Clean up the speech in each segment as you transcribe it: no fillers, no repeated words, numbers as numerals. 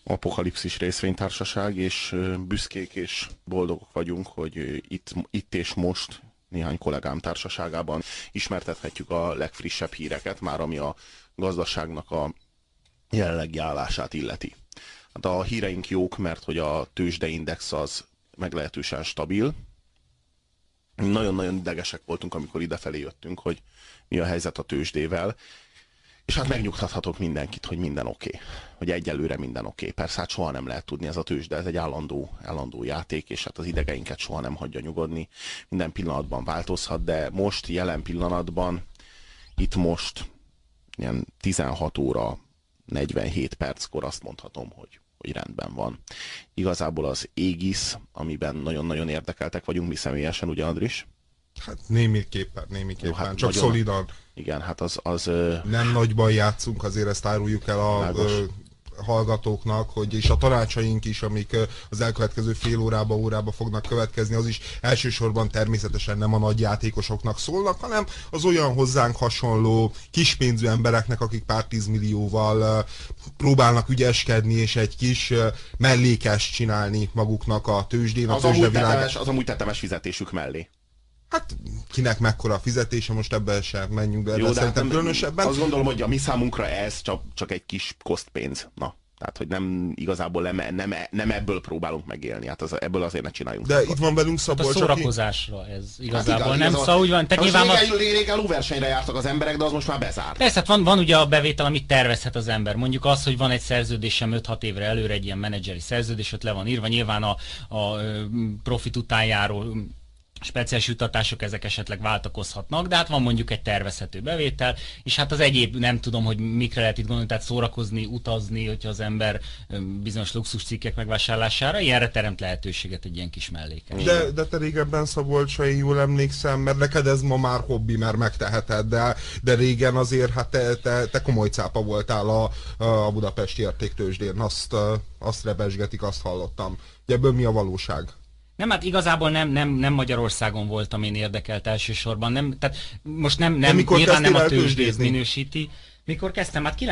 Apokalipszis részvénytársaság, és büszkék és boldogok vagyunk, hogy itt és most néhány kollégám társaságában ismertethetjük a legfrissebb híreket, már ami a gazdaságnak a jelenlegi állását illeti. Hát a híreink jók, mert hogy a tőzsdeindex az meglehetősen stabil. Nagyon-nagyon idegesek voltunk, amikor idefelé jöttünk, hogy mi a helyzet a tőzsdével. És hát megnyugtathatok mindenkit, hogy minden oké. Hogy egyelőre minden oké. Persze hát soha nem lehet tudni, ez a tőzsde, ez egy állandó játék, és hát az idegeinket soha nem hagyja nyugodni. Minden pillanatban változhat, de most, jelen pillanatban, itt most, ilyen 16 óra 47 perckor azt mondhatom, hogy rendben van. Igazából az Aegis, amiben nagyon-nagyon érdekeltek vagyunk mi személyesen, ugye Andris? Hát némiképpen, Jó, hát csak nagyon, szolidan. Igen, hát az nem nagyban játszunk, azért ezt áruljuk el a hallgatóknak, hogy és a tanácsaink is, amik az elkövetkező fél órába fognak következni, az is elsősorban természetesen nem a nagy játékosoknak szólnak, hanem az olyan hozzánk hasonló kispénzű embereknek, akik pár 10 millióval próbálnak ügyeskedni, és egy kis mellékest csinálni maguknak a tőzsdén, az amúgy tetemes fizetésük mellé. Hát kinek mekkora a fizetése, most ebben sem menjünk be, de szerintem különösebben. Azt gondolom, hogy a mi számunkra ez csak egy kis kosztpénz. Na, tehát, hogy nem igazából nem ebből próbálunk megélni. Hát ebből azért ne csináljunk. De itt van velünk Szabolcs, hát a szórakozásra ez igazából hát nem. Szóval úgy van. Régen lóversenyre jártak az emberek, de az most már bezárt. Persze, hát van ugye a bevétel, amit tervezhet az ember. Mondjuk az, hogy van egy szerződésem 5-6 évre előre, egy ilyen menedzseri szerződés, ott le van írva. Nyilván a profit után járó speciális juttatások ezek esetleg váltakozhatnak, de hát van mondjuk egy tervezhető bevétel, és hát az egyéb nem tudom, hogy mikre lehet itt gondolni, tehát szórakozni, utazni, hogyha az ember bizonyos luxuscikkek megvásárlására, ilyenre teremt lehetőséget egy ilyen kis mellékes. De te régebben, Szabolcs, ha én jól emlékszem, mert neked ez ma már hobbi, mert megteheted, de régen azért hát te komoly cápa voltál a budapesti értéktőzsdén, azt rebesgetik, azt hallottam. Ugye ebből mi a valóság? Nem, hát igazából nem Magyarországon voltam én érdekelt elsősorban, tehát most nyilván nem a tőzsdét minősíti. Mikor kezdtem? Hát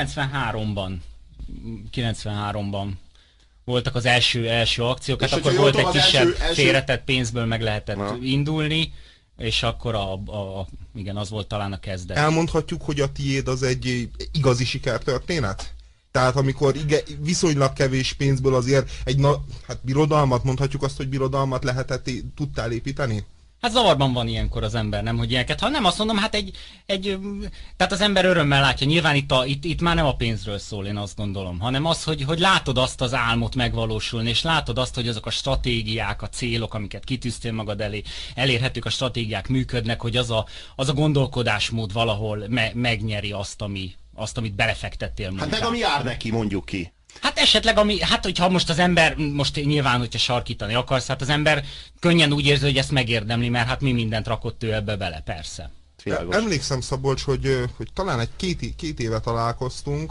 93-ban voltak az első akciók, hát akkor volt egy kisebb félretett pénzből meg lehetett indulni, és akkor igen, az volt talán a kezdet. Elmondhatjuk, hogy a tiéd az egy igazi sikertörténet? Tehát amikor viszonylag kevés pénzből azért hát birodalmat, mondhatjuk azt, hogy birodalmat tudtál építeni? Hát zavarban van ilyenkor az ember, nem, hogy ilyeneket. Ha nem, azt mondom, hát tehát az ember örömmel látja. Nyilván itt már nem a pénzről szól, én azt gondolom, hanem az, hogy látod azt az álmot megvalósulni, és látod azt, hogy azok a stratégiák, a célok, amiket kitűztél magad elé, elérhetők, a stratégiák működnek, hogy az a gondolkodásmód valahol megnyeri azt, amit belefektettél munkába. Hát meg ami jár neki, mondjuk ki. Hát esetleg, hogyha most az ember, most nyilván, hogyha sarkítani akarsz, hát az ember könnyen úgy érzi, hogy ezt megérdemli, mert hát mi mindent rakott ő ebbe bele, persze. Emlékszem, Szabolcs, hogy talán egy két éve találkoztunk,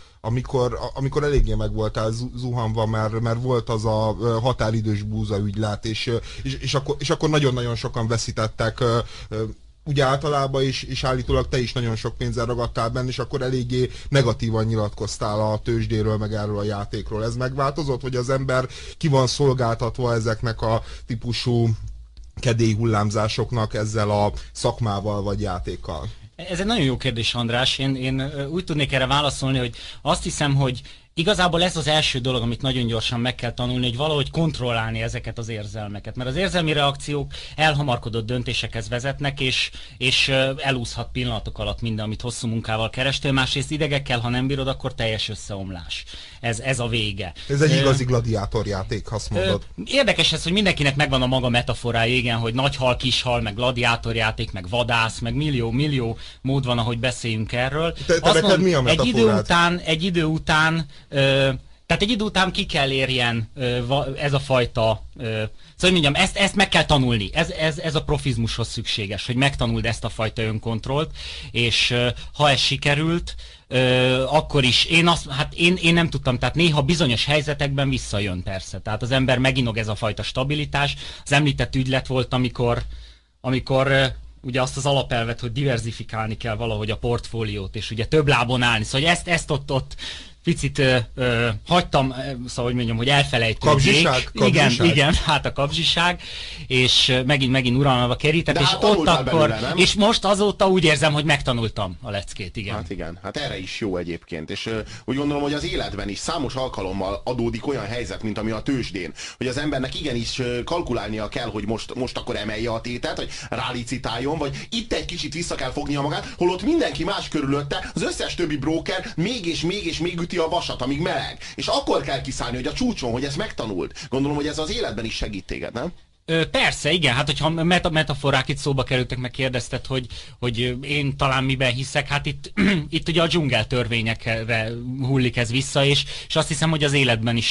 amikor eléggé meg voltál zuhanva, mert volt az a határidős búzaügylát, és akkor nagyon-nagyon sokan veszítettek, úgy általában és állítólag te is nagyon sok pénzzel ragadtál benne, és akkor eléggé negatívan nyilatkoztál a tőzsdéről, meg erről a játékról. Ez megváltozott, hogy az ember ki van szolgáltatva ezeknek a típusú kedélyhullámzásoknak ezzel a szakmával vagy játékkal? Ez egy nagyon jó kérdés, András. Én úgy tudnék erre válaszolni, hogy azt hiszem, hogy igazából ez az első dolog, amit nagyon gyorsan meg kell tanulni, hogy valahogy kontrollálni ezeket az érzelmeket. Mert az érzelmi reakciók elhamarkodott döntésekhez vezetnek, és elúszhat pillanatok alatt minden, amit hosszú munkával kerestél. Másrészt idegekkel, ha nem bírod, akkor teljes összeomlás. Ez a vége. Ez egy igazi gladiátorjáték, azt mondod. Érdekes ez, hogy mindenkinek megvan a maga metaforája, igen, hogy nagy hal, kis hal, meg gladiátorjáték, meg vadász, meg millió mód van, ahogy beszéljünk erről. Neked mi a metaforád? Egy idő után tehát egy idő után ki kell érjen ez a fajta, szóval mondjam, ezt meg kell tanulni, ez a profizmushoz szükséges, hogy megtanuld ezt a fajta önkontrollt, és ha ez sikerült, akkor is én nem tudtam, tehát néha bizonyos helyzetekben visszajön persze, tehát az ember meginog ez a fajta stabilitás, az említett ügylet volt, amikor ugye azt az alapelvet, hogy diverzifikálni kell valahogy a portfóliót, és ugye több lábon állni. Szóval ezt ott picit hagytam, szóval hogy mondjam, hogy elfelejtődjék. Kapzsiság? Igen, hát a kapzsiság, és megint uralmába kerített, De és hát ott akkor, belőle, nem? és most azóta úgy érzem, hogy megtanultam a leckét, igen. Hát igen, hát erre is jó egyébként, és úgy gondolom, hogy az életben is számos alkalommal adódik olyan helyzet, mint ami a tőzsdén, hogy az embernek igenis kalkulálnia kell, hogy most akkor emelje a tétet, hogy rálicitáljon, vagy itt egy kicsit vissza kell fognia magát, holott mindenki más körülötte, az összes többi broker még és még üti a vasat, amíg meleg. És akkor kell kiszállni, hogy a csúcson, hogy ezt megtanuld. Gondolom, hogy ez az életben is segít téged, nem? Persze, igen, hát hogyha metaforák itt szóba kerültek, meg kérdezted, hogy én talán miben hiszek, hát itt ugye a dzsungel törvényekre hullik ez vissza, és azt hiszem, hogy az életben is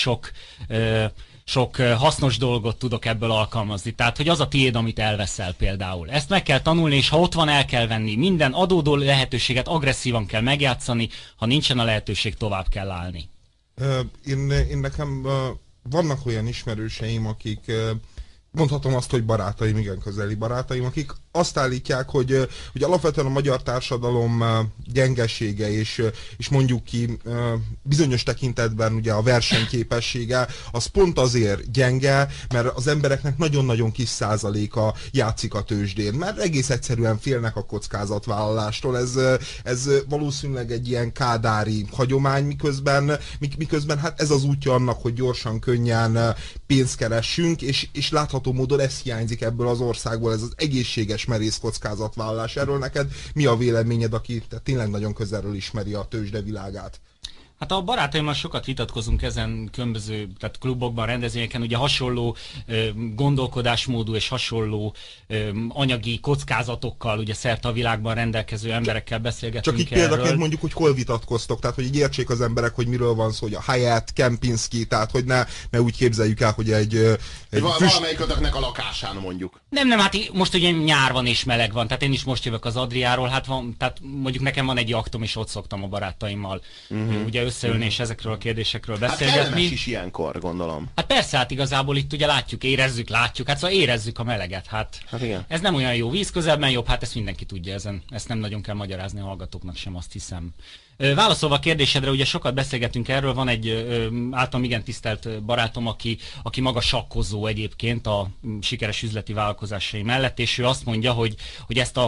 sok hasznos dolgot tudok ebből alkalmazni. Tehát, hogy az a tiéd, amit elveszel például. Ezt meg kell tanulni, és ha ott van, el kell venni. Minden adódó lehetőséget agresszívan kell megjátszani, ha nincsen a lehetőség, tovább kell állni. Én nekem vannak olyan ismerőseim, akik mondhatom azt, hogy barátaim, igen, közeli barátaim, akik azt állítják, hogy alapvetően a magyar társadalom gyengesége és mondjuk ki bizonyos tekintetben ugye a versenyképessége, az pont azért gyenge, mert az embereknek nagyon-nagyon kis százaléka játszik a tőzsdén, mert egész egyszerűen félnek a kockázatvállalástól. Ez valószínűleg egy ilyen kádári hagyomány, miközben hát ez az útja annak, hogy gyorsan, könnyen pénzt keressünk, és látható módon ez hiányzik ebből az országból, ez az egészséges merész kockázatvállalás. Erről neked mi a véleményed, aki tényleg nagyon közelről ismeri a tőzsde világát? Hát a barátaimmal sokat vitatkozunk ezen különböző, tehát klubokban, rendezvényeken, ugye hasonló gondolkodásmódú és hasonló anyagi kockázatokkal, ugye szerte a világban rendelkező emberekkel beszélgetünk. Csak így példaként mondjuk, hogy hol vitatkoztok, tehát hogy így értsék az emberek, hogy miről van szó, hogy a Hyatt, Kempinski, tehát hogy ne úgy képzeljük el, hogy egy valamelyikötöknek a lakásán mondjuk. Nem, hát most ugye nyár van és meleg van, tehát én is most jövök az Adriáról, hát van, tehát mondjuk nekem van egy jaktom, és ott szoktam a barátaimmal ugye összeülni és ezekről a kérdésekről beszélgetni. Hát kellemes is ilyenkor, gondolom. Hát persze, hát igazából itt ugye látjuk, látjuk, hát szóval érezzük a meleget, hát igen. Ez nem olyan jó, víz közelben jobb, hát ezt mindenki tudja ezt nem nagyon kell magyarázni a hallgatóknak sem, azt hiszem. Válaszolva a kérdésedre, ugye sokat beszélgetünk erről, van egy általam igen tisztelt barátom, aki maga sakkozó egyébként a sikeres üzleti vállalkozásai mellett, és ő azt mondja, hogy ezt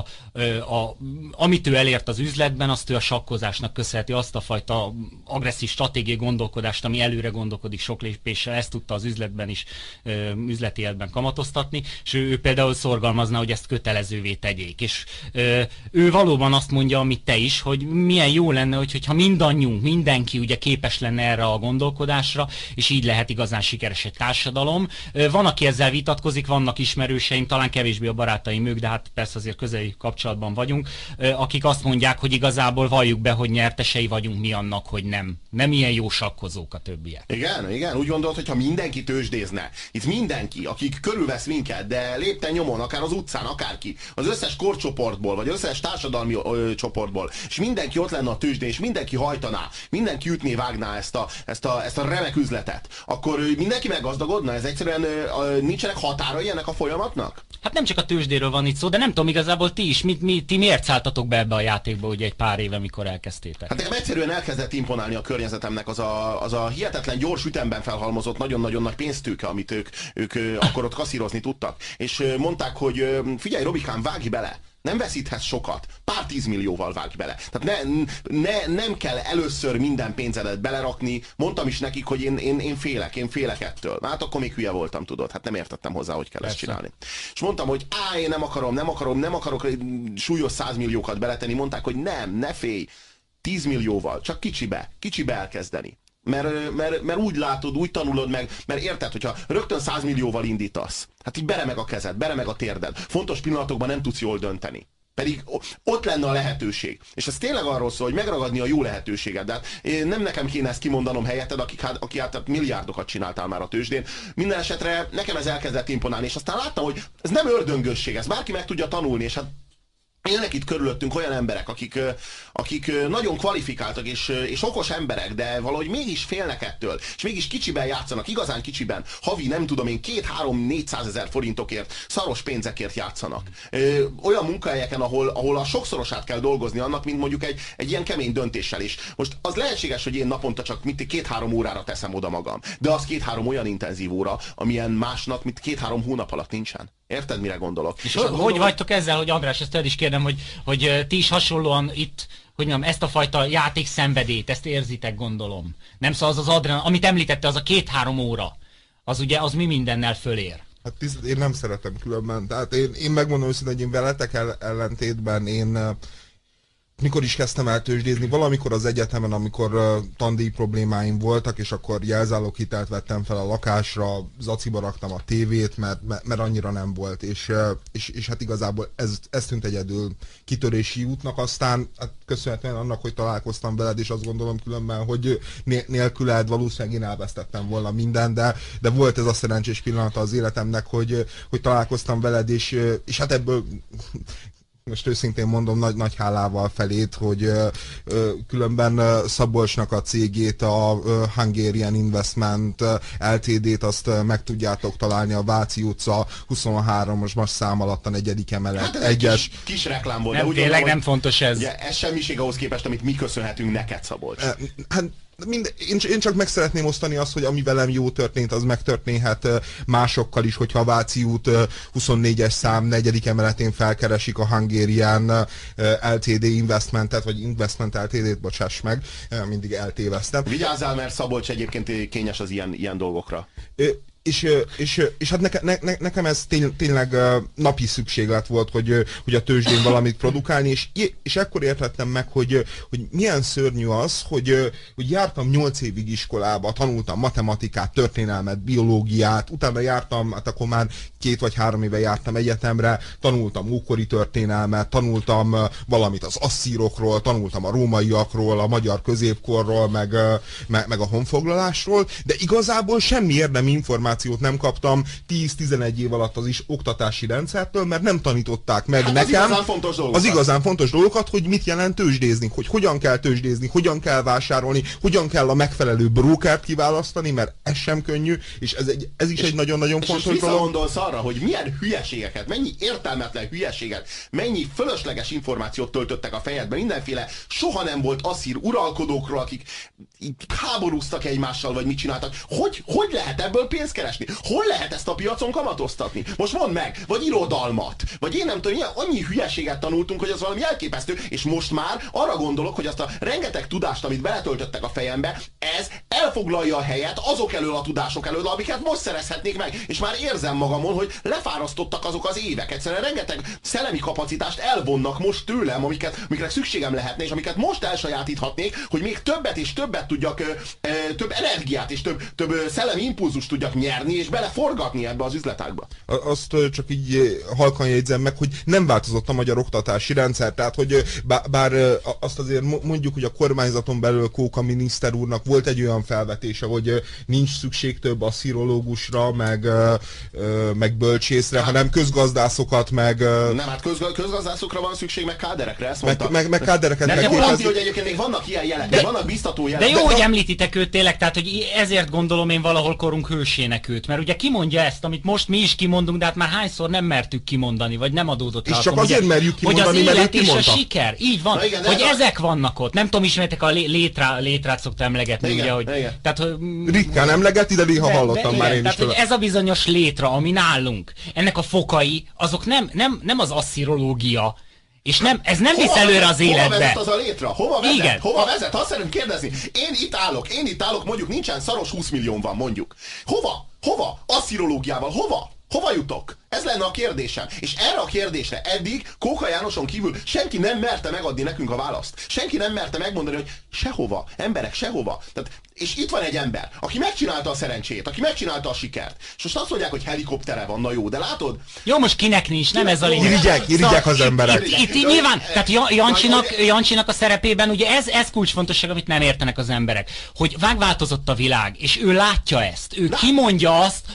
amit ő elért az üzletben, azt ő a sakkozásnak köszönheti, azt a fajta agresszív stratégiai gondolkodást, ami előre gondolkodik sok lépéssel, ezt tudta az üzletben is, üzleti életben kamatoztatni, és ő például szorgalmazna, hogy ezt kötelezővé tegyék. És ő valóban azt mondja, amit te is, hogy milyen jó lenne, hogyha mindenki ugye képes lenne erre a gondolkodásra, és így lehet igazán sikeres egy társadalom. Van, aki ezzel vitatkozik, vannak ismerőseim, talán kevésbé a barátaim ők, de hát persze azért közeli kapcsolatban vagyunk, akik azt mondják, hogy igazából valljuk be, hogy nyertesei vagyunk mi annak, hogy nem ilyen jó sakkozók a többiek. Igen, úgy gondolod, hogyha mindenki tőzsdézne, itt mindenki, akik körülvesz minket, de lépten nyomon, akár az utcán, akárki, az összes korcsoportból, vagy az összes társadalmi csoportból, és mindenki ott lenne a tőzsdén, és mindenki hajtaná, mindenki ütné, vágná ezt a remek üzletet, akkor mindenki meggazdagodna? Ez egyszerűen nincsenek határai ennek a folyamatnak? Hát nem csak a tőzsdéről van itt szó, de nem tudom igazából ti is, ti miért szálltatok be ebbe a játékba ugye egy pár éve, mikor elkezdtétek? Hát nekem egyszerűen elkezdett imponálni a környezetemnek az a hihetetlen gyors ütemben felhalmozott nagyon-nagyon nagy pénztőke, amit ők akkor ott kasszírozni tudtak. És mondták, hogy figyelj Robikám, vágj bele! Nem veszíthetsz sokat, pár 10 millióval vágj bele. Tehát nem kell először minden pénzedet belerakni. Mondtam is nekik, hogy én félek ettől. Hát akkor még hülye voltam, tudod. Hát nem értettem hozzá, hogy kell ezt csinálni. És mondtam, hogy én nem akarok súlyos 100 milliókat beletenni. Mondták, hogy ne félj, 10 millióval, csak kicsibe elkezdeni. Mert úgy látod, úgy tanulod meg, mert érted, hogyha rögtön 100 millióval indítasz, hát így beremeg a kezed, beremeg a térded. Fontos pillanatokban nem tudsz jól dönteni. Pedig ott lenne a lehetőség. És ez tényleg arról szól, hogy megragadni a jó lehetőséget. De hát nem nekem kéne ezt kimondanom helyetted, aki hát milliárdokat csináltál már a tőzsdén. Minden esetre nekem ez elkezdett imponálni, és aztán láttam, hogy ez nem ördöngösség, ez bárki meg tudja tanulni, és hát élnek itt körülöttünk olyan emberek, akik nagyon kvalifikáltak és okos emberek, de valahogy mégis félnek ettől, és mégis kicsiben játszanak, igazán kicsiben, havi nem tudom én 2-3-400 ezer forintokért, szaros pénzekért játszanak. Olyan munkahelyeken, ahol a sokszorosát kell dolgozni annak, mint mondjuk egy ilyen kemény döntéssel is. Most az lehetséges, hogy én naponta csak 2-3 órára teszem oda magam, de az 2-3 olyan intenzív óra, amilyen másnak, mint 2-3 hónap alatt nincsen. Érted, mire gondolok? És hogy vagytok ezzel, hogy András, ezt is kérdem, hogy ti is hasonlóan itt, hogy mondjam, ezt a fajta játékszenvedélyt, ezt érzitek, gondolom. Nem szóval az adrenalin, amit említette, az a 2-3 óra, az ugye, az mi mindennel fölér. Hát én nem szeretem különben. Tehát én megmondom őszintén, hogy én veletek ellentétben mikor is kezdtem el tőzsdézni, valamikor az egyetemen, amikor tandíj problémáim voltak, és akkor jelzáloghitelt vettem fel a lakásra, zaciba raktam a tévét, mert annyira nem volt, és hát igazából ez tűnt egyedül kitörési útnak, aztán hát köszönhetően annak, hogy találkoztam veled, és azt gondolom különben, hogy nélküled valószínűleg én elvesztettem volna mindent, de volt ez a szerencsés pillanata az életemnek, hogy találkoztam veled, és hát ebből most őszintén mondom nagy hálával felét, hogy különben Szabolcsnak a cégét, a Hungarian Investment Ltd-t azt meg tudjátok találni a Váci utca 23-as mas szám alatt a 4. emelet. Hát ez kis reklám volt. Nem, de tényleg nem fontos ez. Ugye, ez semmiség ahhoz képest, amit mi köszönhetünk neked, Szabolcs. Hát én csak meg szeretném osztani azt, hogy ami velem jó történt, az megtörténhet másokkal is, hogyha a Váci út 24-es szám 4. emeletén felkeresik a Hungarian Ltd Investmentet, vagy Investment Ltd-t, bocsáss meg, mindig eltéveztem. Vigyázzál, mert Szabolcs egyébként kényes az ilyen dolgokra. És hát nekem ez tényleg napi szükséglet volt, hogy a tőzsdén valamit produkálni, és ekkor értettem meg, hogy milyen szörnyű az, hogy jártam 8 évig iskolába, tanultam matematikát, történelmet, biológiát, utána jártam, hát akkor már 2 vagy 3 éve jártam egyetemre, tanultam ókori történelmet, tanultam valamit az asszírokról, tanultam a rómaiakról, a magyar középkorról, meg a honfoglalásról, de igazából semmi érdemi információt nem kaptam 10-11 év alatt az oktatási rendszertől, mert nem tanították meg nekem az igazán fontos dolgokat, hogy mit jelent tőzsdézni, hogy hogyan kell tőzsdézni, hogyan kell vásárolni, hogyan kell a megfelelő brókert kiválasztani, mert ez sem könnyű, és ez is egy nagyon-nagyon fontos dolog. És visszagondolsz arra, hogy milyen hülyeségeket, mennyi értelmetlen hülyeséget, mennyi fölösleges információt töltöttek a fejedbe, mindenféle soha nem volt asszír uralkodókról, akik háborúztak egymással, vagy mit csináltak. Hogy lehet ebből pénzt keresni? Hol lehet ezt a piacon kamatoztatni? Most mondd meg, vagy irodalmat, vagy én nem tudom, annyi hülyeséget tanultunk, hogy az valami elképesztő, és most már arra gondolok, hogy azt a rengeteg tudást, amit beletöltöttek a fejembe, ez elfoglalja a helyet azok elől a tudások elől, amiket most szerezhetnék meg, és már érzem magamon, hogy lefárasztottak azok az évek. Egyszerűen rengeteg szellemi kapacitást elvonnak most tőlem, amikre szükségem lehetne, és amiket most elsajátíthatnék, hogy még többet és többet tudjak, több energiát és több szellemi impulzust tudjak nyerni, és beleforgatni ebbe az üzletágba. Azt csak így halkan jegyzem meg, hogy nem változott a magyar oktatási rendszer, tehát hogy bár azt azért mondjuk, hogy a kormányzaton belül Kóka miniszter úrnak volt egy olyan felvetése, hogy nincs szükség több asszirológusra, meg bölcsészre, hanem közgazdászokat, meg... Nem, hát közgazdászokra van szükség, meg káderekre, ezt mondta. Meg kádereket kell képezni. Hogy egyébként még vannak ilyen jelek, vannak biztató jelek. De jó, hogy említitek őt tényleg, tehát hogy ezért gondolom én valahol korunk hősének őt, mert ugye kimondja ezt, amit most mi is kimondunk, de hát már hányszor nem mertük kimondani, vagy nem adódott rá. És csak azért merjük kimondani, hogy az élet és a siker, így van, igen, hogy ezek vannak ott. Nem tudom, ismertek a létrát szokta emlegetni, igen, ugye, hogy... Igen. Tehát, ritkán emlegeti, de néha hallottam már én is tőle. Ez a bizonyos létra, ami nálunk, ennek a fokai, azok nem az asszirológia, és ez nem visz előre az életbe. Hova vezet az a létra? Hova vezet? Igen. Hova vezet? Azt szeretném kérdezni. Én itt állok, mondjuk nincsen szaros 20 millió van, mondjuk. Hova? Asszirológiával, hova? Hova jutok? Ez lenne a kérdésem. És erre a kérdésre eddig Kóka Jánoson kívül senki nem merte megadni nekünk a választ. Senki nem merte megmondani, hogy sehova. Emberek, sehova. Tehát, és itt van egy ember, aki megcsinálta a szerencsét, aki megcsinálta a sikert. És most azt mondják, hogy helikoptere van, na jó, de látod? Jó, most kinek nincs, nem ez a lényeg. Irigyek az emberek. Itt nyilván, tehát Jancsinak a szerepében ugye ez kulcsfontosság, amit nem értenek az emberek. Hogy megváltozott a világ, és ő látja ezt. Ő kimondja azt,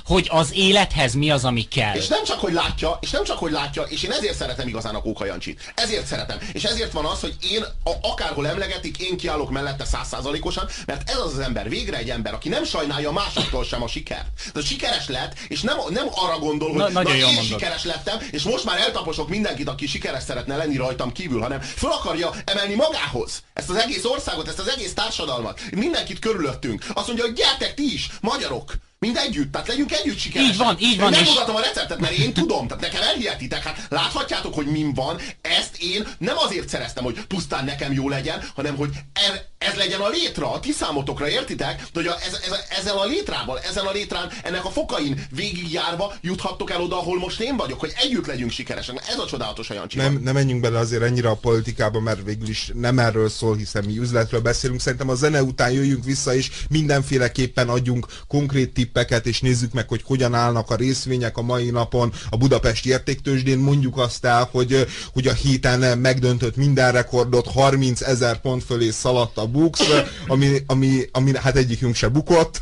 hogy az élethez mi az, ami kell. És nem csak, hogy látja, és én ezért szeretem igazán a Kóka Jancsit. Ezért szeretem. És ezért van az, hogy én, akárhol emlegetik, én kiállok mellette 100%-osan, mert ez az ember, végre egy ember, aki nem sajnálja másoktól sem a sikert. De sikeres lett, és nem arra gondol, hogy na én mondod. Sikeres lettem, és most már eltaposok mindenkit, aki sikeres szeretne lenni rajtam kívül, hanem föl akarja emelni magához ezt az egész országot, ezt az egész társadalmat, mindenkit körülöttünk. Azt mondja, hogy gyertek ti is, magyarok! Mind együtt, tehát legyünk együtt sikeresek. Így van. Én megmutatom a receptet, mert én tudom, tehát nekem elhihetitek, hát láthatjátok, hogy min van, ezt én nem azért szereztem, hogy pusztán nekem jó legyen, hanem hogy ez legyen a létra, a ti számotokra, értitek? De hogy ezen a létrán, ennek a fokain végigjárva juthattok el oda, ahol most én vagyok, hogy együtt legyünk sikeresek. Ez a csodálatos a Jancsiban. Nem menjünk bele azért ennyire a politikába, mert végül is nem erről szól, hiszen mi üzletről beszélünk. Szerintem a zene után jöjjünk vissza, és mindenféleképpen adjunk konkrét tippeket, és nézzük meg, hogy hogyan állnak a részvények a mai napon a budapesti értéktőzsdén. Mondjuk azt el, hogy a héten megdöntött minden rekordot, 30 000 pont fölé szaladt a Bux, ami hát egyikünk se bukott.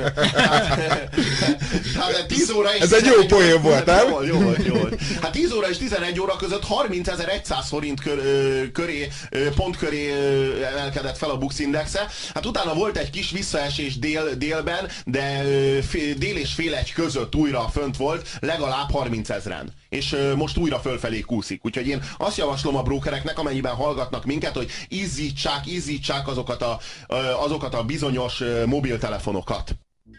Hát 10 óra és ez egy jó poén volt, nem? Jó. Hát 10 óra és 11 óra között 30.100 forint pont köré emelkedett fel a Bux indexe. Hát utána volt egy kis visszaesés délben, de dél és fél egy között újra fönt volt, legalább 30 000-en. És most újra fölfelé kúszik. Úgyhogy én azt javaslom a brókereknek, amennyiben hallgatnak minket, hogy izzítsák azokat a bizonyos mobiltelefonokat.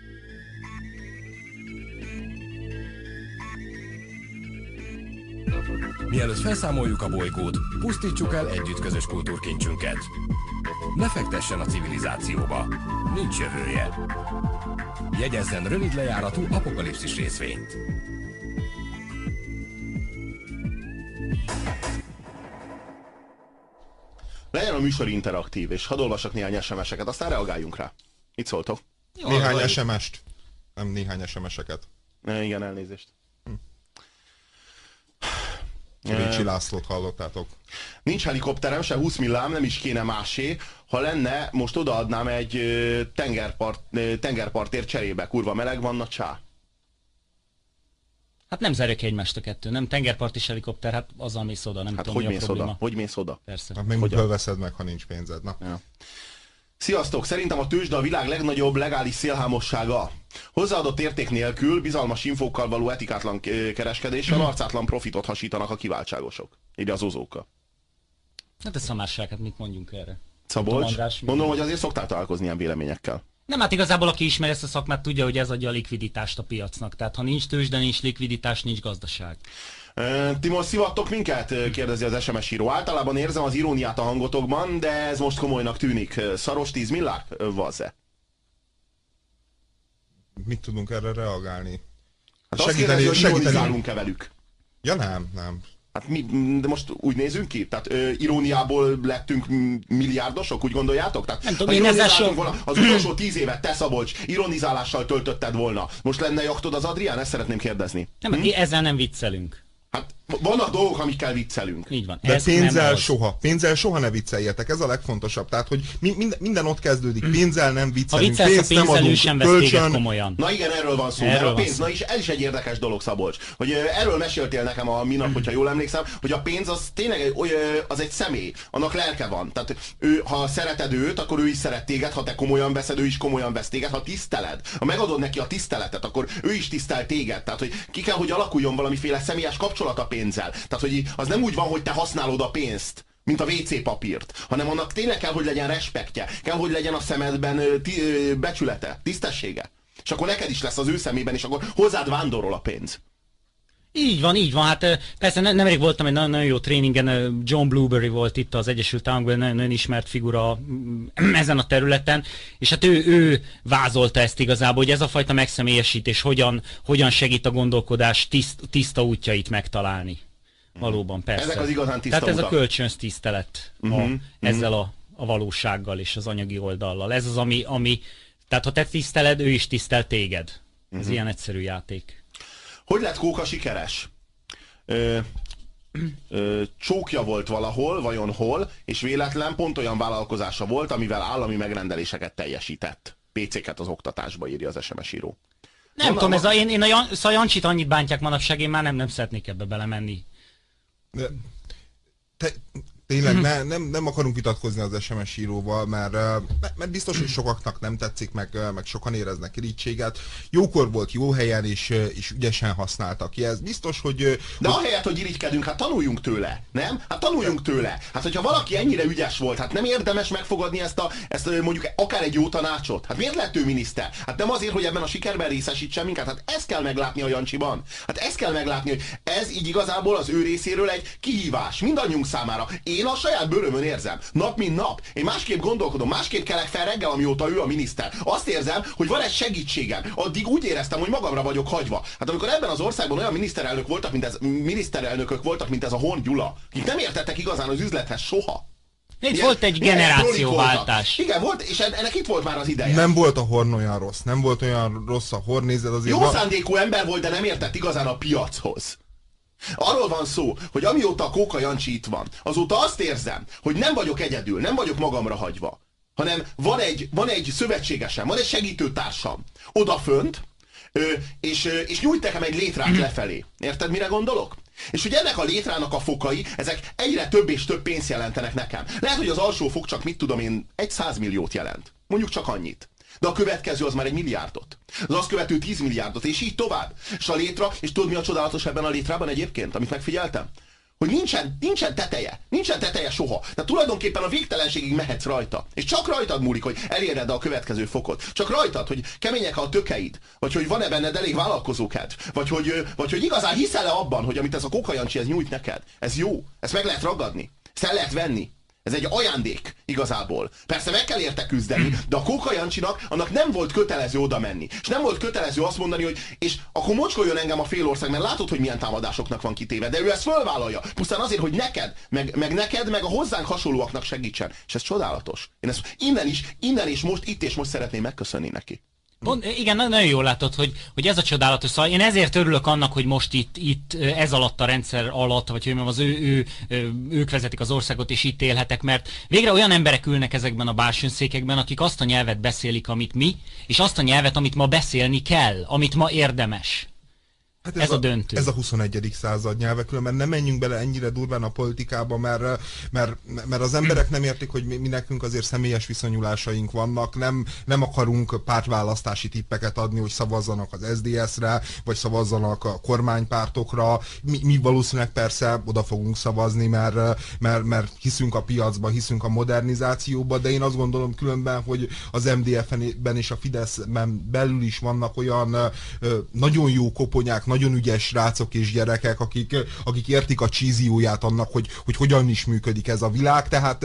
Mielőtt felszámoljuk a bolygót, pusztítsuk el együtt közös kultúrkincsünket. Ne fektessen a civilizációba. Nincs jövője. Jegyezzen rövid lejáratú apokalipszis részvényt. Legyen a műsor interaktív, és hadd olvassak néhány SMS-eket, aztán reagáljunk rá. Mit szóltok? Néhány SMS-t. Nem néhány SMS-eket. Igen, elnézést. Récsi Lászlót hallottátok. Nincs helikopterem, se 20 millám, nem is kéne másé. Ha lenne, most odaadnám egy tengerpartért cserébe. Kurva meleg van, na csá. Hát nem zárja ki egymást a kettő, nem? Tengerpart és helikopter, hát azzal mész oda, nem tudom, mi a probléma. Hogy mész oda? Persze. Hát még miből veszed meg, ha nincs pénzed, na. Ja. Sziasztok! Szerintem a tőzsde a világ legnagyobb legális szélhámossága. Hozzáadott érték nélkül, bizalmas infókkal való etikátlan kereskedéssel arcátlan profitot hasítanak a kiváltságosok. Ide az ozóka. Hát ez szamárság, hát mit mondjunk erre? Szabolcs, mondom, hogy azért szoktál találkozni ilyen véleményekkel. Nem, hát igazából aki ismeri ezt a szakmát, tudja, hogy ez adja a likviditást a piacnak. Tehát ha nincs tőzsde, nincs likviditás, nincs gazdaság. Ti most szivattok minket? Kérdezi az SMS író. Általában érzem az iróniát a hangotokban, de ez most komolynak tűnik. Szaros 10 millák? Vaze. Mit tudunk erre reagálni? Hát azt kérdezi, hogy ironizálunk-e velük? Ja nem. Hát de most úgy nézünk ki? Tehát iróniából lettünk milliárdosok, úgy gondoljátok? Tehát, nem tudom, én ezzel volna, az utolsó 10 évet, te Szabolcs, ironizálással töltötted volna. Most lenne jachtod az Adrián? Ezt szeretném kérdezni. Nem, ezzel nem viccelünk. Hát vannak dolgok, amikkel viccelünk. Így van. De pénzzel soha ne vicceljetek, ez a legfontosabb. Tehát, hogy minden ott kezdődik, pénzzel nem viccelünk, pénzt nem adunk, kölcsön. Komolyan. Na igen, erről van szó. A pénz, na is, ez is egy érdekes dolog, Szabolcs. Hogy erről meséltél nekem a minap, hogyha jól emlékszem, hogy a pénz az tényleg az egy személy, annak lelke van. Tehát ha szereted őt, akkor ő is szeret téged, ha te komolyan veszed, ő is komolyan vesz téged, ha tiszteled, ha megadod neki a tiszteletet, akkor ő is tisztel téged. Tehát, hogy ki kell, hogy alakuljon valamiféle személyes kapcsolat a pénzzel. Tehát, hogy az nem úgy van, hogy te használod a pénzt, mint a WC papírt, hanem annak tényleg kell, hogy legyen respektje, kell, hogy legyen a szemedben becsülete, tisztessége. És akkor neked is lesz az ő szemében, és akkor hozzád vándorol a pénz. Így van, hát persze nemrég voltam egy nagyon jó tréningen, John Blueberry volt itt az Egyesült Államokban, nagyon ismert figura ezen a területen, és hát ő vázolta ezt igazából, hogy ez a fajta megszemélyesítés hogyan segít a gondolkodás tiszta útjait megtalálni. Valóban, persze. Ezek az igazán tiszta Tehát ez utak. a kölcsönös tisztelet ezzel a valósággal és az anyagi oldallal. Ez az, ami tehát ha te tiszteled, ő is tisztel téged. Ez ilyen egyszerű játék. Hogy lett Kóka sikeres? Csókja volt valahol, vajon hol, és véletlen pont olyan vállalkozása volt, amivel állami megrendeléseket teljesített. PC-ket az oktatásba, írja az SMS író. Nem tudom, szóval Jancsit annyit bántják manapság, én már nem szeretnék ebbe belemenni. Tényleg nem akarunk vitatkozni az SMS íróval, mert biztos, hogy sokaknak nem tetszik, meg sokan éreznek irítséget. Jókor volt jó helyen, és ügyesen használta ki. Ez biztos, hogy... De ahelyett, hogy irigykedünk, hát tanuljunk tőle, nem? Hát tanuljunk tőle. Hát, hogyha valaki ennyire ügyes volt, hát nem érdemes megfogadni ezt mondjuk akár egy jó tanácsot? Hát miért lett ő miniszter? Hát nem azért, hogy ebben a sikerben részesítsen minket? Hát ezt kell meglátni a Jancsiban. Hát ezt kell meglátni, hogy ez így igazából az ő részéről egy kihívás mindannyiunk számára. Én a saját bőrömön érzem, nap mint nap. Én másképp gondolkodom, másképp kelek fel reggel, amióta ő a miniszter. Azt érzem, hogy van egy segítségem. Addig úgy éreztem, hogy magamra vagyok hagyva. Hát amikor ebben az országban olyan miniszterelnökök voltak, mint ez a Horn Gyula, akik nem értettek igazán az üzlethez soha. Itt volt egy generációváltás. Igen, volt, és ennek itt volt már az ideje. Nem volt a Horn olyan rossz, nem volt olyan rossz a Horn, nézed azért... Jó szándékú ember volt, de nem értett igazán a piachoz. Arról van szó, hogy amióta a Kóka Jancsi itt van, azóta azt érzem, hogy nem vagyok egyedül, nem vagyok magamra hagyva, hanem van egy szövetségesem, van egy segítőtársam odafönt, és nyújt nekem egy létrát lefelé. Érted, mire gondolok? És hogy ennek a létrának a fokai, ezek egyre több és több pénzt jelentenek nekem. Lehet, hogy az alsó fok csak, mit tudom én, 100 milliót jelent. Mondjuk csak annyit. De a következő az már 1 milliárdot. Az azt követő 10 milliárdot, és így tovább. És a létra, és tudod mi a csodálatos ebben a létrában egyébként, amit megfigyeltem? Hogy nincsen teteje. Nincsen teteje soha. Tehát tulajdonképpen a végtelenségig mehetsz rajta. És csak rajtad múlik, hogy eléred a következő fokot. Csak rajtad, hogy kemények a tökeid. Vagy hogy van-e benned elég vállalkozókedv. Vagy hogy igazán hiszel-e abban, hogy amit ez a Kóka Jancsi ez nyújt neked. Ez jó. Ezt meg lehet ragadni. Ezt el lehet venni. Ez egy ajándék igazából. Persze meg kell érte küzdeni, de a Kóka Jancsinak annak nem volt kötelező oda menni. És nem volt kötelező azt mondani, hogy és akkor mocskoljon engem a félország, mert látod, hogy milyen támadásoknak van kitéve. De ő ezt fölvállalja. Pusztán azért, hogy neked, meg a hozzánk hasonlóaknak segítsen. És ez csodálatos. Én ezt innen és most, itt és most szeretném megköszönni neki. Igen, nagyon jól látod, hogy ez a csodálatos. Szóval én ezért örülök annak, hogy most itt ez alatt a rendszer alatt, vagy hogy mondjam, ők vezetik az országot, és itt élhetek, mert végre olyan emberek ülnek ezekben a bársonyszékekben, akik azt a nyelvet beszélik, amit mi, és azt a nyelvet, amit ma beszélni kell, amit ma érdemes. Hát ez a döntő. Ez a 21. század nyelve, különben nem menjünk bele ennyire durván a politikába, mert az emberek nem értik, hogy mi nekünk azért személyes viszonyulásaink vannak, nem akarunk pártválasztási tippeket adni, hogy szavazzanak az SZDSZ-re, vagy szavazzanak a kormánypártokra. Mi valószínűleg persze oda fogunk szavazni, mert hiszünk a piacba, hiszünk a modernizációba, de én azt gondolom különben, hogy az MDF-ben és a Fideszben belül is vannak olyan nagyon jó koponyák, nagyon ügyes srácok és gyerekek, akik értik a csízióját annak, hogy hogyan is működik ez a világ, tehát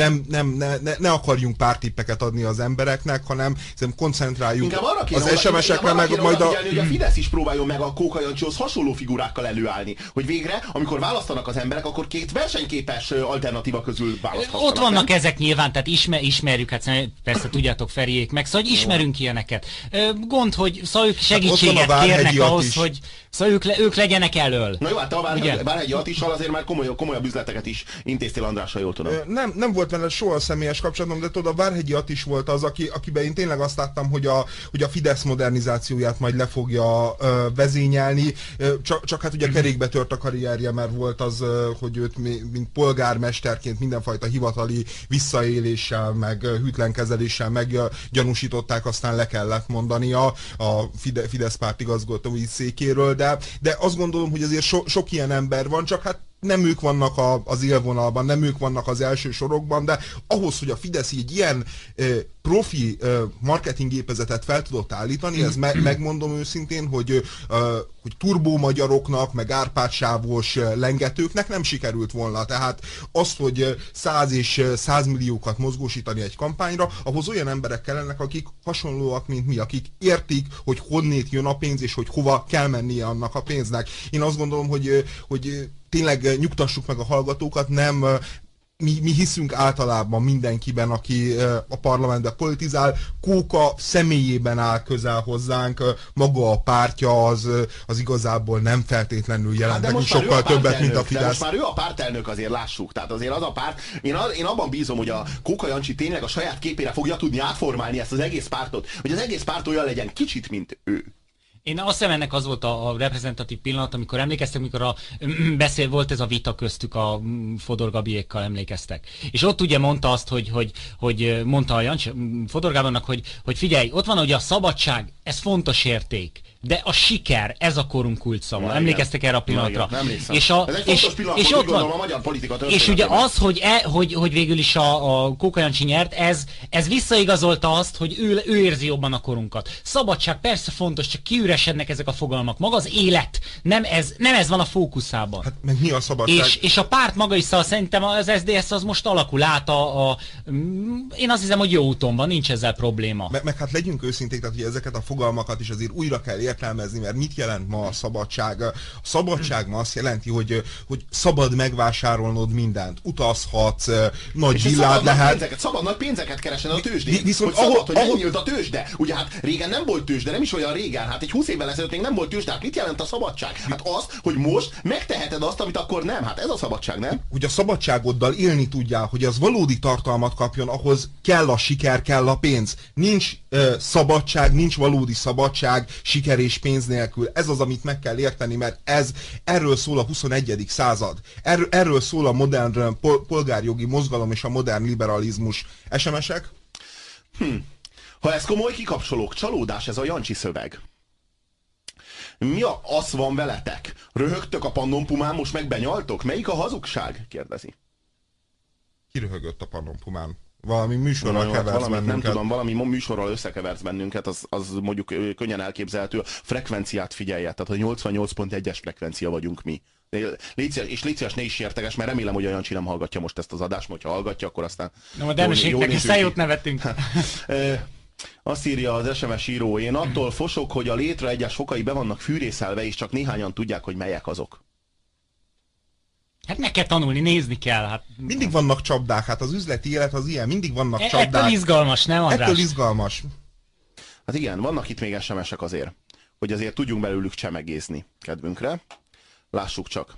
ne akarjunk pártippeket adni az embereknek, hanem koncentráljunk az SMS-ekre, meg majd a... hogy a Fidesz is próbáljon meg a Kóka Jancsihoz hasonló figurákkal előállni, hogy végre, amikor választanak az emberek, akkor két versenyképes alternatíva közül választhassanak. Ott vannak ezek nyilván, tehát ismerjük, hát persze tudjátok Feriék meg, szóval ismerünk ilyeneket. Gond, hogy szóval ők segítséget kérnek ahhoz, hogy szóval ők legyenek elől. Na jó, hát te a Várhegyi Attissal azért már komolyabb üzleteket is intéztél, Andrással, jól tudom. Nem volt vele soha személyes kapcsolatom, de tudod, a Várhegyi Attis volt az, akiben én tényleg azt láttam, hogy a Fidesz modernizációját majd le fogja vezényelni. Csak hát ugye kerékbe tört a karrierje, mert volt az, hogy őt mint polgármesterként mindenfajta hivatali visszaéléssel, meg hűtlenkezeléssel meggyanúsították, aztán le kellett mondania a Fidesz párt igazgatói székéről, de azt gondolom, hogy azért sok ilyen ember van, csak hát nem ők vannak az élvonalban, nem ők vannak az első sorokban, de ahhoz, hogy a Fidesz így ilyen profi marketinggépezetet fel tudott állítani, ez megmondom őszintén, hogy turbómagyaroknak, meg árpádsávos lengetőknek nem sikerült volna. Tehát azt, hogy 100 és 100 milliókat mozgósítani egy kampányra, ahhoz olyan emberek kellenek, akik hasonlóak, mint mi, akik értik, hogy honnét jön a pénz, és hogy hova kell mennie annak a pénznek. Én azt gondolom, hogy tényleg nyugtassuk meg a hallgatókat, nem mi hiszünk általában mindenkiben, aki a parlamentben politizál, Kóka személyében áll közel hozzánk, maga a pártja az igazából nem feltétlenül jelent nekünk sokkal többet, mint a Fidesz. De most már ő a pártelnök, azért lássuk, tehát azért az a párt, én abban bízom, hogy a Kóka Jancsi tényleg a saját képére fogja tudni átformálni ezt az egész pártot, hogy az egész párt olyan legyen kicsit, mint ő. Én azt hiszem, ennek az volt a reprezentatív pillanat, amikor emlékeztek, amikor volt ez a vita köztük a Fodor Gabiékkal, emlékeztek. És ott ugye mondta azt, hogy mondta a Jancsi Fodor Gábornak, hogy figyelj, ott van ugye a szabadság, ez fontos érték. De a siker, ez a korunk kulcsszava. Emlékeztek erre a pillanatra? És ez egy fontos pillanat, és ott van a magyar politika és ugye az, hogy végül is a Kóka Jancsi nyert, ez visszaigazolta azt, hogy ő érzi jobban a korunkat. Szabadság persze fontos, csak kiüresednek ezek a fogalmak. Maga az élet, nem ez van a fókuszában. Hát meg mi a szabadság? És a párt maga is, szóval szerintem az SZDSZ az most alakul át én azt hiszem, hogy jó úton van, nincs ezzel probléma. Meg hát legyünk őszinték, tehát hogy ezeket a fogalmakat is azért újra kell értelmezni, mert mit jelent ma a szabadság? A szabadság ma azt jelenti, hogy szabad megvásárolnod mindent. Utazhatsz, nagy villád lehet. Szabad nagy pénzeket keresni a tőzsdén. Viszont hogy megnyílt a tőzsde. Ugye hát régen nem volt tőzsde, nem is olyan régen. Hát egy 20 évvel ezelőtt még nem volt tőzsde. Hát mit jelent a szabadság? Hát az, hogy most megteheted azt, amit akkor nem. Hát ez a szabadság, nem? Hogy a szabadságoddal élni tudjál, hogy az valódi tartalmat kapjon, ahhoz kell a siker, kell a pénz. Nincs szabadság, nincs valódi szabadság, siker és pénz nélkül. Ez az, amit meg kell érteni, mert erről szól a 21. század. Erről szól a modern polgárjogi mozgalom és a modern liberalizmus. SMS-ek? Ha ez komoly kikapcsolók, csalódás ez a Jancsi szöveg. Mi az van veletek? Röhögtök a Pannonpumán, most meg benyaltok? Melyik a hazugság? Kérdezi. Ki röhögött a Pannonpumán? Valami műsorral keversz bennünket. Nem tudom, valami műsorral összekeversz bennünket, az mondjuk könnyen elképzelhető. A frekvenciát figyelje, tehát a 88.1-es frekvencia vagyunk mi. Légy szíves, ne is érteges, mert remélem, hogy a Jancsi nem hallgatja most ezt az adást, hogyha hallgatja, akkor aztán... No, de neki jót nevetünk. Azt írja az SMS író, én attól fosok, hogy a létre egyes fokai be vannak fűrészelve, és csak néhányan tudják, hogy melyek azok. Hát meg kell tanulni, nézni kell. Hát... Mindig vannak csapdák, hát az üzleti élet az ilyen, mindig vannak csapdák. Ettől izgalmas, nem András? Ettől izgalmas. Hát igen, vannak itt még SMS-ek azért, hogy azért tudjunk belőlük csemegézni kedvünkre. Lássuk csak.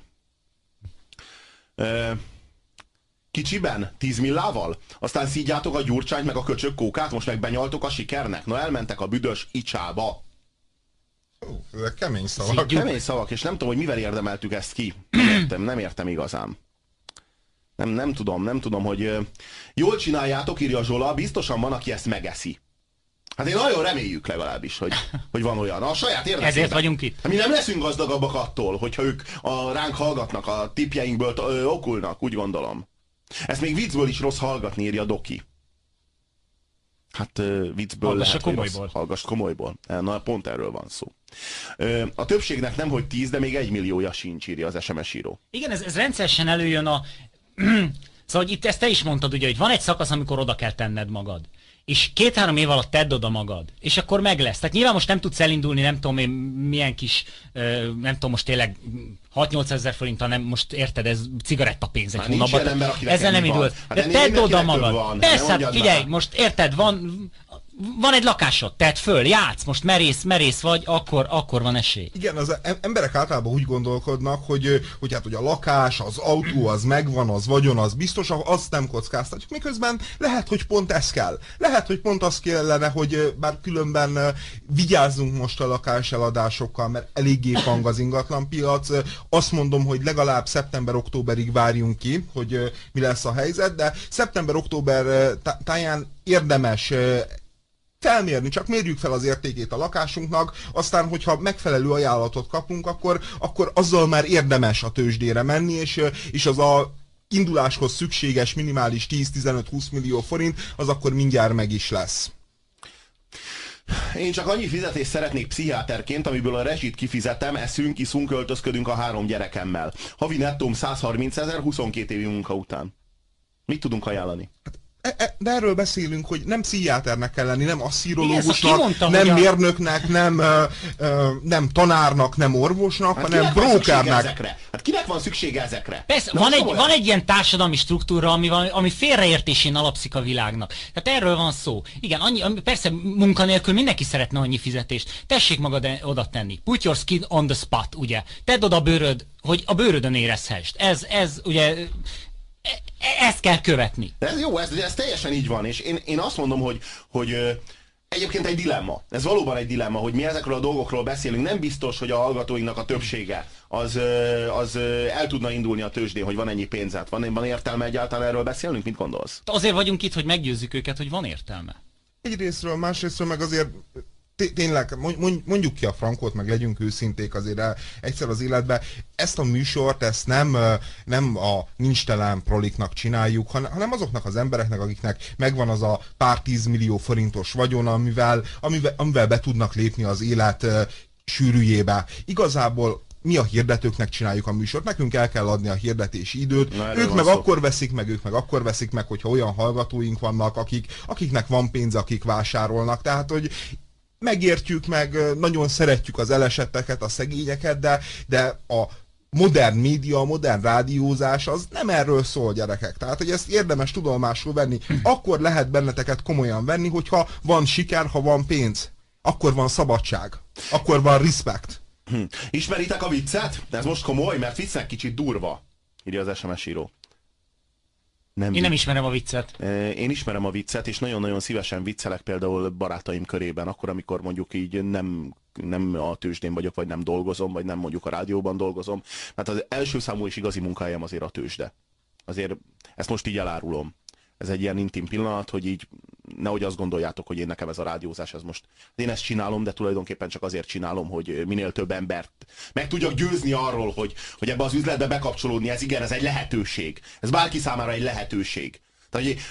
Kicsiben, 10 millával? Aztán szígyátok a Gyurcsányt meg a köcsög Kókát, most meg benyaltok a sikernek? Na elmentek a büdös icsába. Ezek kemény szavak. Kemény szavak, és nem tudom, hogy mivel érdemeltük ezt ki. Nem értem igazán. Nem tudom, hogy jól csináljátok, írja Zsola, biztosan van, aki ezt megeszi. Hát én nagyon reméljük legalábbis, hogy van olyan. A saját érdekében. Ezért vagyunk itt. Hát mi nem leszünk gazdagabbak attól, hogyha ők ránk hallgatnak, a tippjeinkből okulnak, úgy gondolom. Ezt még viccből is rossz hallgatni, írja Doki. Hát viccből lehet, hallgass komolyból. Na, pont erről van szó. A többségnek nem, hogy 10, de még 1 milliója sincs, írja az SMS író. Igen, ez rendszeresen előjön a... Szóval hogy itt ezt te is mondtad, ugye, hogy van egy szakasz, amikor oda kell tenned magad. És 2-3 év alatt tedd oda magad, és akkor meg lesz. Tehát nyilván most nem tudsz elindulni, nem tudom én milyen kis, nem tudom most tényleg 6-8 ezer forint, hanem most érted, ez cigarettapénz egy hónapban. Ezzel nem indul. De tedd oda magad. Persze, hát figyelj, most érted, van egy lakásod, tedd föl, játsz, most merész vagy, akkor van esély. Igen, az emberek általában úgy gondolkodnak, hogy a lakás, az autó, az megvan, az vagyon, az biztos, azt nem kockáztatjuk. Miközben lehet, hogy pont ez kell. Lehet, hogy pont az kellene, hogy bár különben vigyázzunk most a lakáseladásokkal, mert eléggé pang az ingatlanpiac. Azt mondom, hogy legalább szeptember-októberig várjunk ki, hogy mi lesz a helyzet, de szeptember-október táján érdemes felmérni, csak mérjük fel az értékét a lakásunknak, aztán, hogyha megfelelő ajánlatot kapunk, akkor azzal már érdemes a tőzsdére menni, és az a induláshoz szükséges minimális 10-15-20 millió forint, az akkor mindjárt meg is lesz. Én csak annyi fizetést szeretnék pszichiáterként, amiből a rezsit kifizetem, eszünk, iszunk, költözködünk a 3 gyerekemmel. Havi nettóm 130 000, 22 évi munka után. Mit tudunk ajánlani? De erről beszélünk, hogy nem pszichiáternek kell lenni, nem asszírológusnak, nem mérnöknek, nem tanárnak, nem orvosnak, hát hanem brókernek. Hát kinek van szüksége ezekre? Persze, van egy ilyen társadalmi struktúra, ami félreértésén alapszik a világnak. Tehát erről van szó. Igen, persze munkanélkül mindenki szeretne annyi fizetést. Tessék magad oda tenni. Put your skin on the spot, ugye. Tedd oda a bőröd, hogy a bőrödön érezhessd. Ez ugye... Ezt kell követni. De ez jó, ez teljesen így van, és én azt mondom, hogy egyébként egy dilemma. Ez valóban egy dilemma, hogy mi ezekről a dolgokról beszélünk. Nem biztos, hogy a hallgatóinknak a többsége az el tudna indulni a tőzsdén, hogy van ennyi pénzet. Van értelme egyáltalán erről beszélnünk? Mit gondolsz? Azért vagyunk itt, hogy meggyőzzük őket, hogy van értelme. Egyrésztről, másrésztről meg azért tényleg mondjuk ki a frankot, meg legyünk őszinték azért egyszer az életben. Ezt a műsort, ezt nem a nincstelen proliknak csináljuk, hanem azoknak az embereknek, akiknek megvan az a pár 10 millió forintos vagyon, amivel be tudnak lépni az élet sűrűjébe. Igazából mi a hirdetőknek csináljuk a műsort, nekünk el kell adni a hirdetési időt, ők meg akkor veszik meg, hogyha olyan hallgatóink vannak, akiknek van pénz, akik vásárolnak, tehát hogy megértjük, meg nagyon szeretjük az elesetteket, a szegényeket, de a modern média, a modern rádiózás az nem erről szól, gyerekek. Tehát, hogy ezt érdemes tudomásul venni. Akkor lehet benneteket komolyan venni, hogyha van siker, ha van pénz. Akkor van szabadság. Akkor van respect. Ismeritek a viccet? De ez most komoly, mert viccnek kicsit durva, írja az SMS író. Én nem ismerem a viccet. Én ismerem a viccet, és nagyon-nagyon szívesen viccelek például barátaim körében, akkor, amikor mondjuk így nem a tőzsdén vagyok, vagy nem dolgozom, vagy nem mondjuk a rádióban dolgozom. Mert az első számú és igazi munkahelyem azért a tőzsde. Azért ezt most így elárulom. Ez egy ilyen intim pillanat, hogy így nehogy azt gondoljátok, hogy én nekem ez a rádiózás, ez most... Én ezt csinálom, de tulajdonképpen csak azért csinálom, hogy minél több embert meg tudjak győzni arról, hogy ebbe az üzletbe bekapcsolódni, ez igen, ez egy lehetőség. Ez bárki számára egy lehetőség. Tehát, hogy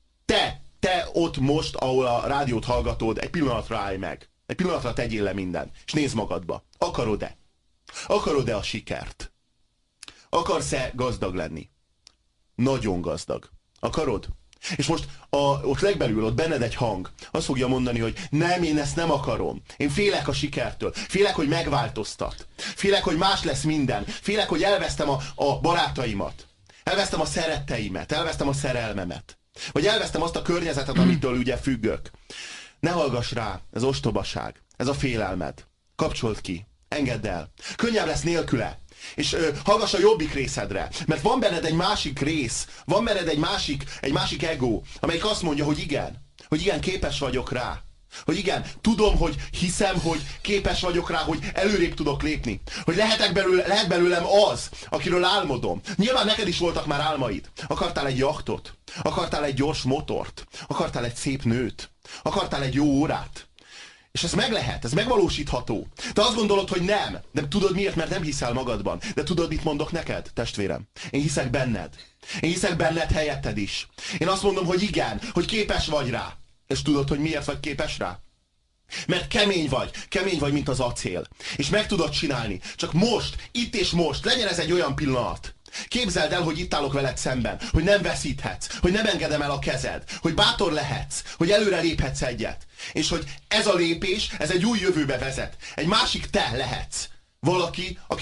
te ott most, ahol a rádiót hallgatod, egy pillanatra állj meg. Egy pillanatra tegyél le minden. És nézd magadba. Akarod-e? Akarod-e a sikert? Akarsz-e gazdag lenni? Nagyon gazdag. Akarod? És most ott legbelül, ott benned egy hang, azt fogja mondani, hogy nem, én ezt nem akarom. Én félek a sikertől. Félek, hogy megváltoztat. Félek, hogy más lesz minden. Félek, hogy elvesztem a barátaimat. Elvesztem a szeretteimet. Elvesztem a szerelmemet. Vagy elvesztem azt a környezetet, amitől ugye függök. Ne hallgass rá, ez ostobaság. Ez a félelmed. Kapcsold ki. Engedd el. Könnyebb lesz nélküle. És hallgass a jobbik részedre, mert van benned egy másik rész, van benned egy másik ego, amelyik azt mondja, hogy igen, képes vagyok rá. Hogy igen, tudom, hogy hiszem, hogy képes vagyok rá, hogy előrébb tudok lépni. Hogy lehet belőlem az, akiről álmodom. Nyilván neked is voltak már álmaid. Akartál egy jachtot, akartál egy gyors motort, akartál egy szép nőt, akartál egy jó órát. És ez meg lehet, ez megvalósítható. Te azt gondolod, hogy nem. De tudod miért? Mert nem hiszel magadban. De tudod, mit mondok neked, testvérem? Én hiszek benned. Én hiszek benned helyetted is. Én azt mondom, hogy igen, hogy képes vagy rá. És tudod, hogy miért vagy képes rá? Mert kemény vagy, mint az acél. És meg tudod csinálni. Csak most, itt és most, legyen ez egy olyan pillanat. Képzeld el, hogy itt állok veled szemben, hogy nem veszíthetsz, hogy nem engedem el a kezed, hogy bátor lehetsz, hogy előre léphetsz egyet. És hogy ez a lépés, ez egy új jövőbe vezet. Egy másik te lehetsz. Valaki, aki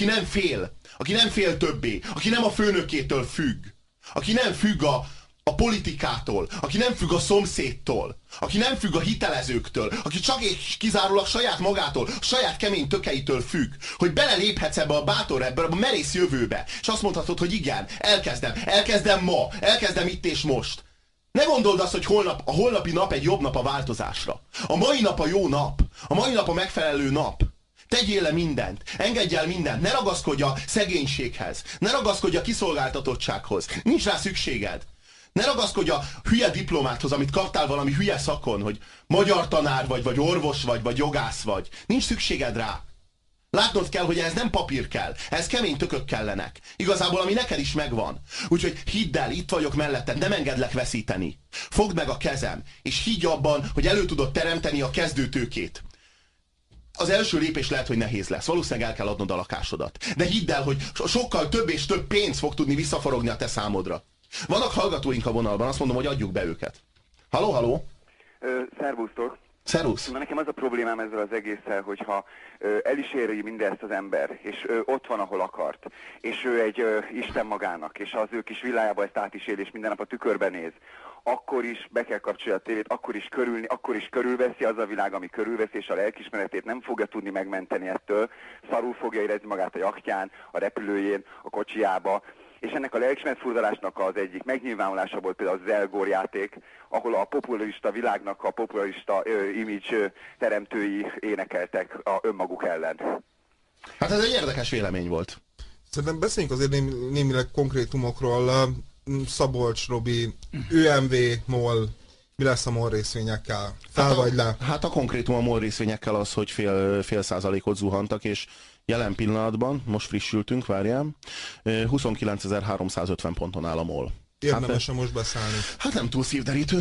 nem fél többé, aki nem a főnökétől függ, aki nem függ a politikától, aki nem függ a szomszédtól, aki nem függ a hitelezőktől, aki csak és kizárólag saját magától, saját kemény tökeitől függ, hogy beleléphetsz ebbe a bátor, ebbe a merész jövőbe, és azt mondhatod, hogy igen, elkezdem ma, elkezdem itt és most. Ne gondold azt, hogy a holnapi nap egy jobb nap a változásra. A mai nap a jó nap, a mai nap a megfelelő nap. Tegyél le mindent, engedj el mindent, ne ragaszkodj a szegénységhez, ne ragaszkodj a kiszolgáltatottsághoz, nincs rá szükséged. Ne ragaszkodj a hülye diplomáthoz, amit kaptál valami hülye szakon, hogy magyar tanár vagy orvos vagy jogász vagy. Nincs szükséged rá. Látnod kell, hogy ez nem papír kell, ez kemény tökök kellenek. Igazából, ami neked is megvan. Úgyhogy hidd el, itt vagyok melletted, nem engedlek veszíteni. Fogd meg a kezem, és higgy abban, hogy elő tudod teremteni a kezdőtőkét. Az első lépés lehet, hogy nehéz lesz. Valószínűleg el kell adnod a lakásodat. De hidd el, hogy sokkal több és több pénz fog tudni visszaforogni a te számodra. Vannak hallgatóink a vonalban, azt mondom, hogy adjuk be őket. Halló? Szervusztok! Szervusz! Na, nekem az a problémám ezzel az egésszel, hogyha el is éri mindezt az ember, és ott van, ahol akart, és ő egy Isten magának, és az ő kis villájába ezt át is él, és minden nap a tükörbe néz, akkor is be kell kapcsolja a tévét, akkor is körülveszi az a világ, ami körülveszi, és a lelkiismeretét nem fogja tudni megmenteni ettől, szarul fogja érezni magát a jachtján, a repülőjén, a kocsijába, És ennek a lelkismeretfurdalásnak az egyik megnyilvánulása volt például az Elgor játék, ahol a populista világnak a populista image teremtői énekeltek önmaguk ellen. Hát ez egy érdekes vélemény volt. Szerintem beszéljünk azért némileg konkrétumokról. Szabolcs, Robi, ÖMV, MOL, mi lesz a MOL részvényekkel? Fel vagy le? Hát a konkrétum a MOL részvényekkel az, hogy fél százalékot zuhantak, és jelen pillanatban, most frissültünk, várjál, 29.350 ponton áll a MOL. Érdemes most beszállni. Hát nem túl szívderítő.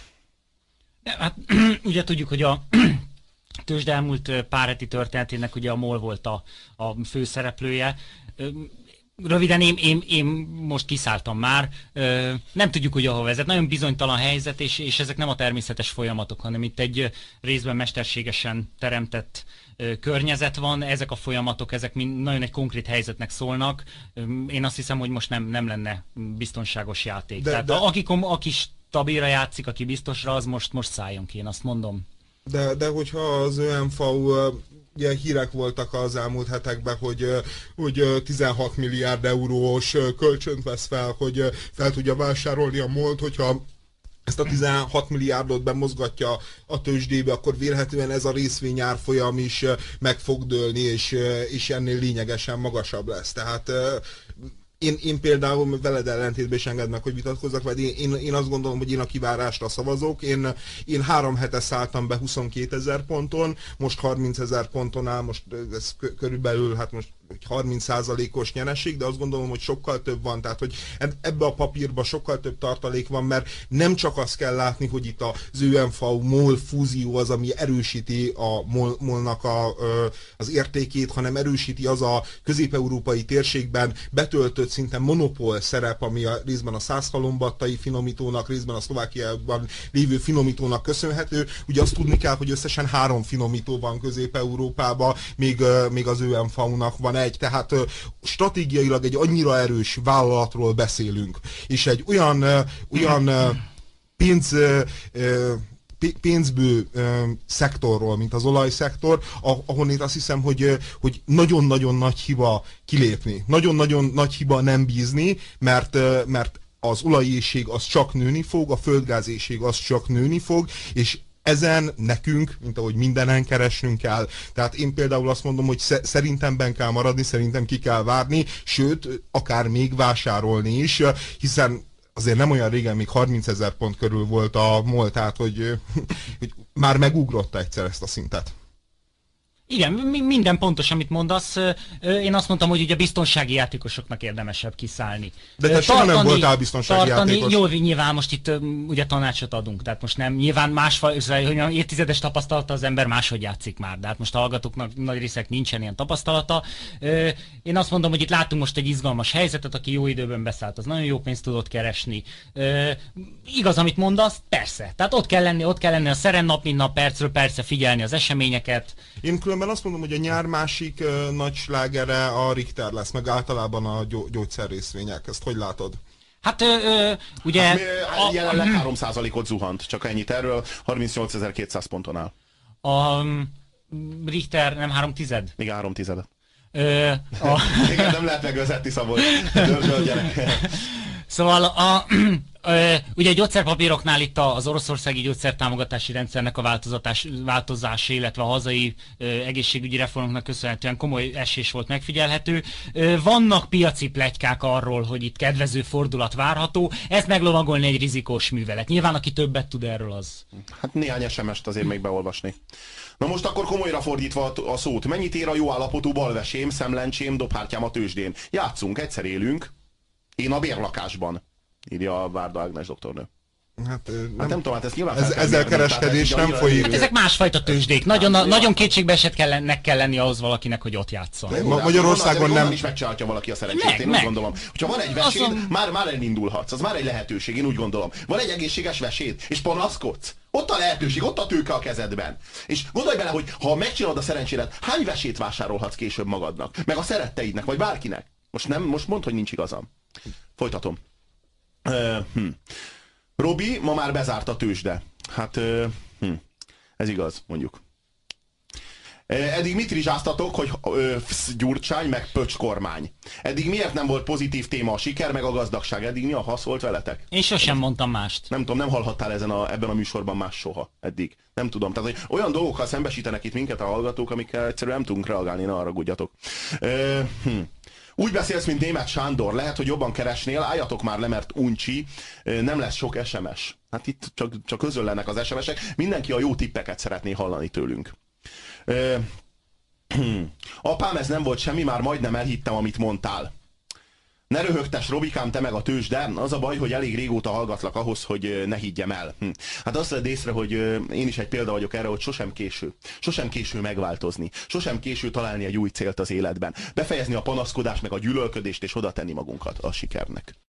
Hát ugye tudjuk, hogy a tőzsde elmúlt pár heti történetének ugye a MOL volt a főszereplője. Röviden én most kiszálltam már, nem tudjuk, hogy ahol vezet. Nagyon bizonytalan helyzet, és ezek nem a természetes folyamatok, hanem itt egy részben mesterségesen teremtett környezet van. Ezek a folyamatok, ezek nagyon egy konkrét helyzetnek szólnak. Én azt hiszem, hogy most nem lenne biztonságos játék. Tehát aki stabilra játszik, aki biztosra, az most szálljon ki, én azt mondom. De hogyha az ÖMV ugye hírek voltak az elmúlt hetekben, hogy 16 milliárd eurós kölcsönt vesz fel, hogy fel tudja vásárolni a MOL-t, hogyha ezt a 16 milliárdot bemozgatja a tőzsdébe, akkor vélhetően ez a részvény árfolyam is meg fog dőlni, és ennél lényegesen magasabb lesz. Tehát én például veled ellentétben is engedd meg, hogy vitatkozzak, vagy én azt gondolom, hogy én a kivárásra szavazok. Én 3 hete szálltam be 22 000 ponton, most 30 000 ponton áll, most ez körülbelül, hát most 30%-os nyereség, de azt gondolom, hogy sokkal több van, tehát hogy ebbe a papírba sokkal több tartalék van, mert nem csak azt kell látni, hogy itt az ÖMV-MOL fúzió az, ami erősíti a MOL-nak az értékét, hanem erősíti az a közép-európai térségben betöltött szinte monopól szerep, ami a részben a szászhalombattai finomítónak, részben a Szlovákiában lévő finomítónak köszönhető. Ugye azt tudni kell, hogy összesen 3 finomító van Közép-Európában, még az ÖMV-nak van egy, tehát stratégiailag egy annyira erős vállalatról beszélünk, és egy olyan pénzbő szektorról, mint az olajszektor, ahonnét azt hiszem, hogy nagyon-nagyon nagy hiba kilépni. Nagyon-nagyon nagy hiba nem bízni, mert az olajéhség az csak nőni fog, a földgázéhség az csak nőni fog, és ezen nekünk, mint ahogy mindenen keresnünk kell. Tehát én például azt mondom, hogy szerintem benn kell maradni, szerintem ki kell várni, sőt, akár még vásárolni is, hiszen azért nem olyan régen, még 30 000 pont körül volt a MOL, tehát hogy már megugrotta egyszer ezt a szintet. Igen, minden pontos, amit mondasz. Én azt mondtam, hogy ugye biztonsági játékosoknak érdemesebb kiszállni. De te soha nem voltál biztonsági játékos. Jó, nyilván most itt ugye tanácsot adunk, tehát most nem, nyilván hogy évtizedes tapasztalata az ember máshogy játszik már, de hát most a hallgatóknak nagy részek nincsen ilyen tapasztalata. Én azt mondom, hogy itt látunk most egy izgalmas helyzetet, aki jó időben beszállt, az nagyon jó pénzt tudott keresni. Igaz, amit mondasz, persze. Tehát ott kell lenni a szeren nap, mint nap, percről percre figyelni az eseményeket. Én különben azt mondom, hogy a nyár másik nagy slágere a Richter lesz, meg általában a gyógyszerrészvények. Ezt hogy látod? Hát ugye... Hát, jelenleg 3%-ot zuhant, csak ennyit erről, 38.200 ponton áll. A Richter nem 3/10? Igen, 3/10. Igen, nem lehet megvezetni, Szabolcs. Szóval ugye a gyógyszerpapíroknál itt az oroszországi gyógyszertámogatási rendszernek a változása, illetve a hazai egészségügyi reformoknak köszönhetően komoly esés volt megfigyelhető. Vannak piaci pletykák arról, hogy itt kedvező fordulat várható. Ezt meglovagolni egy rizikós művelet. Nyilván aki többet tud erről az. Hát néhány SMS-t azért még beolvasni. Na most akkor komolyra fordítva a szót. Mennyit ér a jó állapotú balvesém, szemlencsém, dobhártyám a tőzsdén? Játszunk, egyszer élünk. Én a bérlakásban, írja a Várda Ágnes doktornő. Hát nem tudom, hát ezt nyilván ezzel kereskedés nem folyik. Hát ezek másfajta tőzsdék. Nagyon kétségbeesett kell lenni ahhoz valakinek, hogy ott játszon. Magyarországon nem is megcsinálja valaki a szerencsét, én úgy gondolom. Hogyha van egy veséd, már elindulhatsz, az már egy lehetőség, én úgy gondolom. Van egy egészséges veséd, és panaszkodsz. Ott a lehetőség, ott a tőke a kezedben. És gondolj bele, hogy ha megcsinálod a szerencsédet, hány vesét vásárolhatsz később magadnak? Meg a szeretteidnek, vagy bárkinek? Most mondd, hogy nincs igazam. Folytatom. Robi, ma már bezárt a tőzsde. Hát, ez igaz, mondjuk. Eddig mit rizsáztatok, hogy Gyurcsány meg Pöcs kormány? Eddig miért nem volt pozitív téma a siker meg a gazdagság? Eddig mi a hasz volt veletek? Én sosem mondtam mást. Nem tudom, nem hallhattál ebben a műsorban más soha eddig. Nem tudom. Tehát, hogy olyan dolgokkal szembesítenek itt minket a hallgatók, amikkel egyszerűen nem tudunk reagálni, ne haragudjatok. Úgy beszélsz, mint Németh Sándor. Lehet, hogy jobban keresnél, álljatok már le, mert uncsi, nem lesz sok SMS. Hát itt csak közöllenek az SMS-ek. Mindenki a jó tippeket szeretné hallani tőlünk. Apám, ez nem volt semmi, már majdnem elhittem, amit mondtál. Ne röhögtes, Robikám, te meg a tőzsde. Az a baj, hogy elég régóta hallgatlak ahhoz, hogy ne higgyem el. Hát azt vedd észre, hogy én is egy példa vagyok erre, hogy sosem késő. Sosem késő megváltozni. Sosem késő találni egy új célt az életben. Befejezni a panaszkodást, meg a gyűlölködést, és oda tenni magunkat a sikernek.